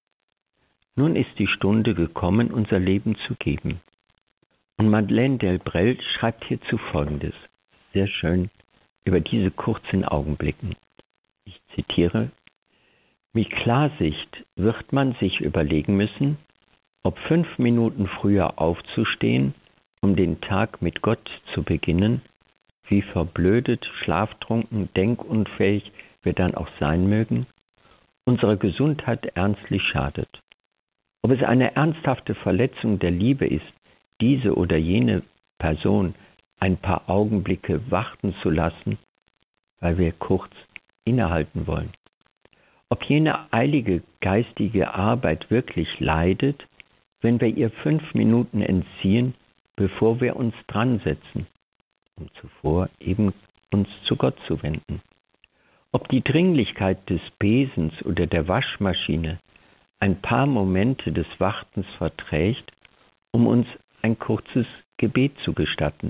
Nun ist die Stunde gekommen, unser Leben zu geben. Und Madeleine Delbrel schreibt hierzu Folgendes, sehr schön, über diese kurzen Augenblicken. Ich zitiere, mit Klarsicht wird man sich überlegen müssen, ob 5 Minuten früher aufzustehen, um den Tag mit Gott zu beginnen, wie verblödet, schlaftrunken, denkunfähig wir dann auch sein mögen, unserer Gesundheit ernstlich schadet. Ob es eine ernsthafte Verletzung der Liebe ist, diese oder jene Person ein paar Augenblicke warten zu lassen, weil wir kurz innehalten wollen. Ob jene eilige geistige Arbeit wirklich leidet, wenn wir ihr 5 Minuten entziehen, bevor wir uns dran setzen, um zuvor eben uns zu Gott zu wenden. Ob die Dringlichkeit des Besens oder der Waschmaschine ein paar Momente des Wartens verträgt, um uns ein kurzes Gebet zu gestatten.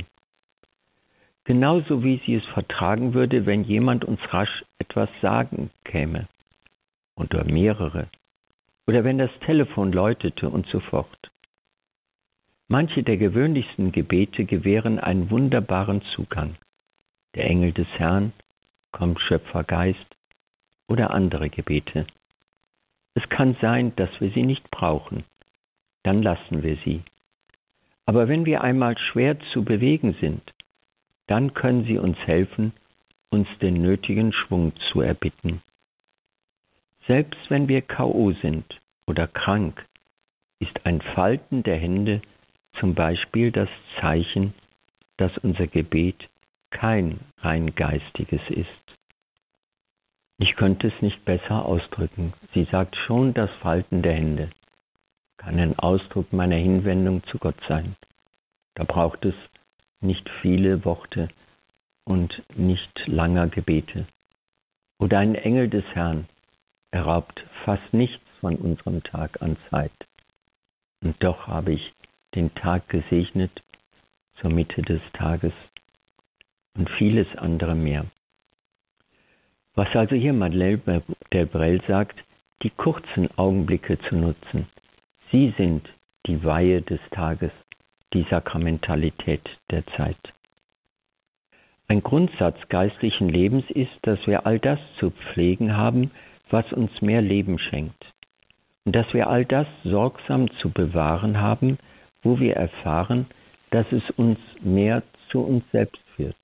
Genauso wie sie es vertragen würde, wenn jemand uns rasch etwas sagen käme, oder mehrere, oder wenn das Telefon läutete und so fort. Manche der gewöhnlichsten Gebete gewähren einen wunderbaren Zugang. Der Engel des Herrn, kommt Schöpfergeist oder andere Gebete. Es kann sein, dass wir sie nicht brauchen, dann lassen wir sie. Aber wenn wir einmal schwer zu bewegen sind, dann können sie uns helfen, uns den nötigen Schwung zu erbitten. Selbst wenn wir K.O. sind oder krank, ist ein Falten der Hände zum Beispiel das Zeichen, dass unser Gebet kein rein geistiges ist. Ich könnte es nicht besser ausdrücken. Sie sagt schon, das Falten der Hände kann ein Ausdruck meiner Hinwendung zu Gott sein. Da braucht es nicht viele Worte und nicht langer Gebete. Oder ein Engel des Herrn, er raubt fast nichts von unserem Tag an Zeit. Und doch habe ich den Tag gesegnet zur Mitte des Tages und vieles andere mehr. Was also hier Madeleine Delbrel sagt, die kurzen Augenblicke zu nutzen, sie sind die Weihe des Tages, die Sakramentalität der Zeit. Ein Grundsatz geistlichen Lebens ist, dass wir all das zu pflegen haben, was uns mehr Leben schenkt. Und dass wir all das sorgsam zu bewahren haben, wo wir erfahren, dass es uns mehr zu uns selbst führt.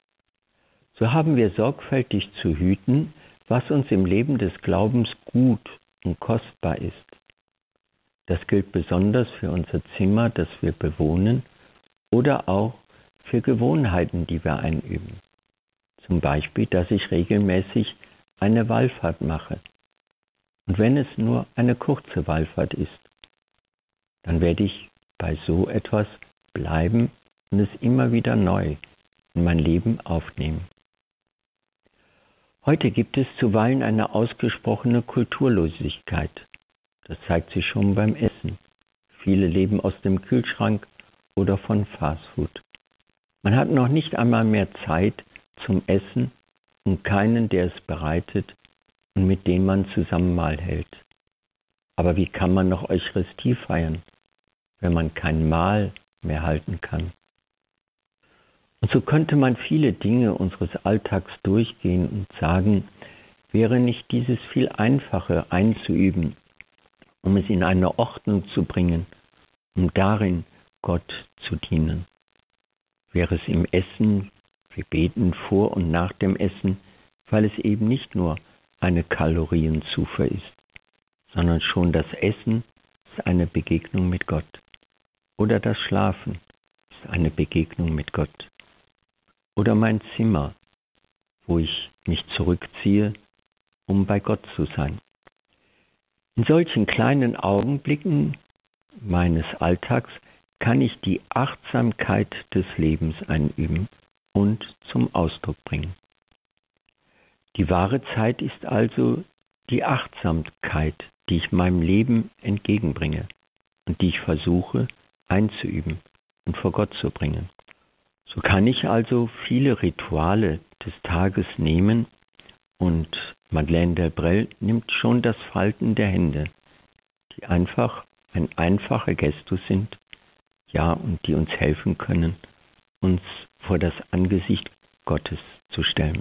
So haben wir sorgfältig zu hüten, was uns im Leben des Glaubens gut und kostbar ist. Das gilt besonders für unser Zimmer, das wir bewohnen, oder auch für Gewohnheiten, die wir einüben. Zum Beispiel, dass ich regelmäßig eine Wallfahrt mache. Und wenn es nur eine kurze Wallfahrt ist, dann werde ich bei so etwas bleiben und es immer wieder neu in mein Leben aufnehmen. Heute gibt es zuweilen eine ausgesprochene Kulturlosigkeit. Das zeigt sich schon beim Essen. Viele leben aus dem Kühlschrank oder von Fastfood. Man hat noch nicht einmal mehr Zeit zum Essen und keinen, der es bereitet und mit dem man zusammen Mahl hält. Aber wie kann man noch Eucharistie feiern, wenn man kein Mahl mehr halten kann? Und so könnte man viele Dinge unseres Alltags durchgehen und sagen, wäre nicht dieses viel einfacher einzuüben, um es in eine Ordnung zu bringen, um darin Gott zu dienen. Wäre es im Essen, wir beten vor und nach dem Essen, weil es eben nicht nur eine Kalorienzufuhr ist, sondern schon das Essen ist eine Begegnung mit Gott. Oder das Schlafen ist eine Begegnung mit Gott. Oder mein Zimmer, wo ich mich zurückziehe, um bei Gott zu sein. In solchen kleinen Augenblicken meines Alltags kann ich die Achtsamkeit des Lebens einüben und zum Ausdruck bringen. Die wahre Zeit ist also die Achtsamkeit, die ich meinem Leben entgegenbringe und die ich versuche einzuüben und vor Gott zu bringen. So kann ich also viele Rituale des Tages nehmen und Madeleine Delbrel nimmt schon das Falten der Hände, die einfach ein einfacher Gestus sind, ja, und die uns helfen können, uns vor das Angesicht Gottes zu stellen.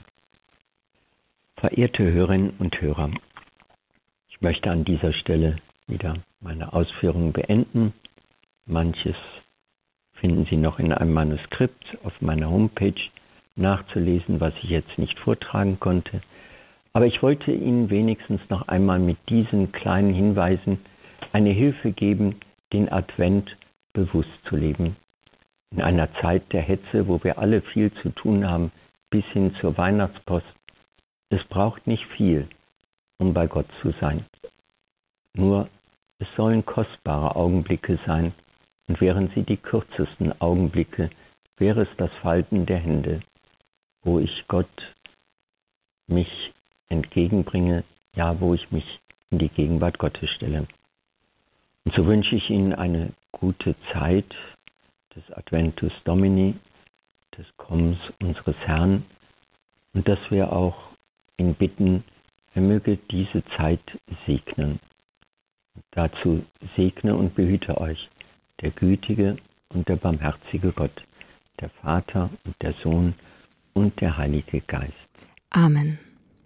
Verehrte Hörerinnen und Hörer, ich möchte an dieser Stelle wieder meine Ausführungen beenden. Manches finden Sie noch in einem Manuskript auf meiner Homepage nachzulesen, was ich jetzt nicht vortragen konnte. Aber ich wollte Ihnen wenigstens noch einmal mit diesen kleinen Hinweisen eine Hilfe geben, den Advent bewusst zu leben. In einer Zeit der Hetze, wo wir alle viel zu tun haben, bis hin zur Weihnachtspost, Es braucht nicht viel, um bei Gott zu sein. Nur es sollen kostbare Augenblicke sein, und wären sie die kürzesten Augenblicke, wäre es das Falten der Hände, wo ich Gott mich entgegenbringe, ja, wo ich mich in die Gegenwart Gottes stelle. Und so wünsche ich Ihnen eine gute Zeit des Adventus Domini, des Kommens unseres Herrn, und dass wir auch ihn bitten, er möge diese Zeit segnen. Und dazu segne und behüte euch der gütige und der barmherzige Gott, der Vater und der Sohn und der Heilige Geist. Amen.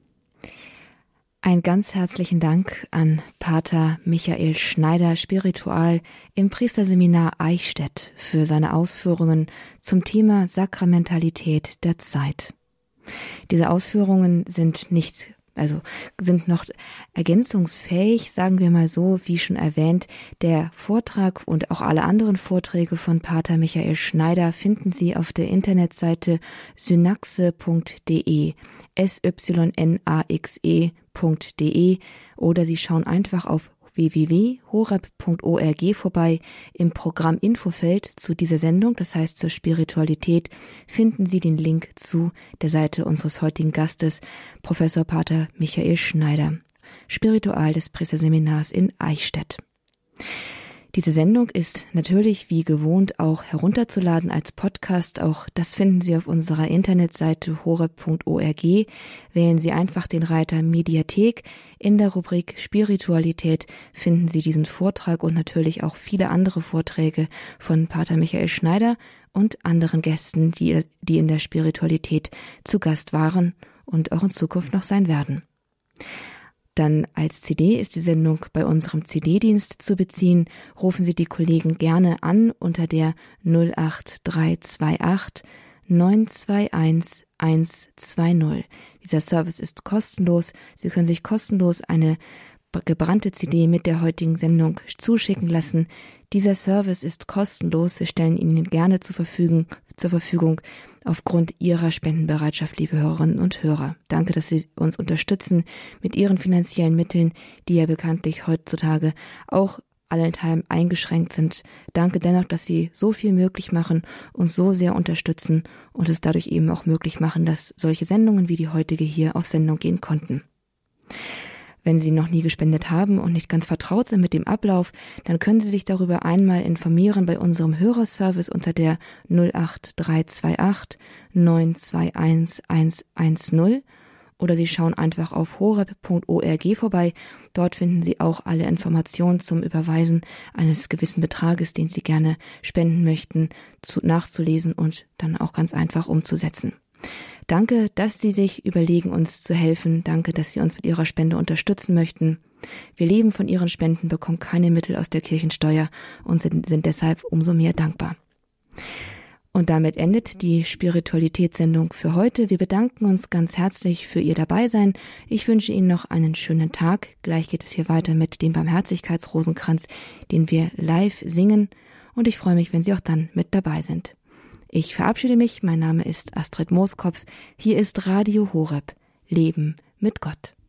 Ein ganz herzlichen Dank an Pater Michael Schneider, Spiritual im Priesterseminar Eichstätt, für seine Ausführungen zum Thema Sakramentalität der Zeit. Diese Ausführungen sind noch ergänzungsfähig, sagen wir mal so, wie schon erwähnt. Der Vortrag und auch alle anderen Vorträge von Pater Michael Schneider finden Sie auf der Internetseite synaxe.de, synaxe.de, oder Sie schauen einfach auf www.horeb.org vorbei. Im Programm Infofeld zu dieser Sendung, das heißt zur Spiritualität, finden Sie den Link zu der Seite unseres heutigen Gastes, Professor Pater Michael Schneider, Spiritual des Priesterseminars in Eichstätt. Diese Sendung ist natürlich wie gewohnt auch herunterzuladen als Podcast. Auch das finden Sie auf unserer Internetseite horeb.org. Wählen Sie einfach den Reiter Mediathek. In der Rubrik Spiritualität finden Sie diesen Vortrag und natürlich auch viele andere Vorträge von Pater Michael Schneider und anderen Gästen, die in der Spiritualität zu Gast waren und auch in Zukunft noch sein werden. Dann als CD ist die Sendung bei unserem CD-Dienst zu beziehen. Rufen Sie die Kollegen gerne an unter der 08328 921 120. Dieser Service ist kostenlos. Sie können sich kostenlos eine gebrannte CD mit der heutigen Sendung zuschicken lassen. Dieser Service ist kostenlos. Wir stellen Ihnen gerne zur Verfügung aufgrund Ihrer Spendenbereitschaft, liebe Hörerinnen und Hörer. Danke, dass Sie uns unterstützen mit Ihren finanziellen Mitteln, die ja bekanntlich heutzutage auch allenthalben eingeschränkt sind. Danke dennoch, dass Sie so viel möglich machen, uns so sehr unterstützen und es dadurch eben auch möglich machen, dass solche Sendungen wie die heutige hier auf Sendung gehen konnten. Wenn Sie noch nie gespendet haben und nicht ganz vertraut sind mit dem Ablauf, dann können Sie sich darüber einmal informieren bei unserem Hörerservice unter der 08328 921 110, oder Sie schauen einfach auf horeb.org vorbei. Dort finden Sie auch alle Informationen zum Überweisen eines gewissen Betrages, den Sie gerne spenden möchten, nachzulesen und dann auch ganz einfach umzusetzen. Danke, dass Sie sich überlegen, uns zu helfen. Danke, dass Sie uns mit Ihrer Spende unterstützen möchten. Wir leben von Ihren Spenden, bekommen keine Mittel aus der Kirchensteuer und sind deshalb umso mehr dankbar. Und damit endet die Spiritualitätssendung für heute. Wir bedanken uns ganz herzlich für Ihr Dabeisein. Ich wünsche Ihnen noch einen schönen Tag. Gleich geht es hier weiter mit dem Barmherzigkeitsrosenkranz, den wir live singen. Und ich freue mich, wenn Sie auch dann mit dabei sind. Ich verabschiede mich. Mein Name ist Astrid Mooskopf. Hier ist Radio Horeb. Leben mit Gott.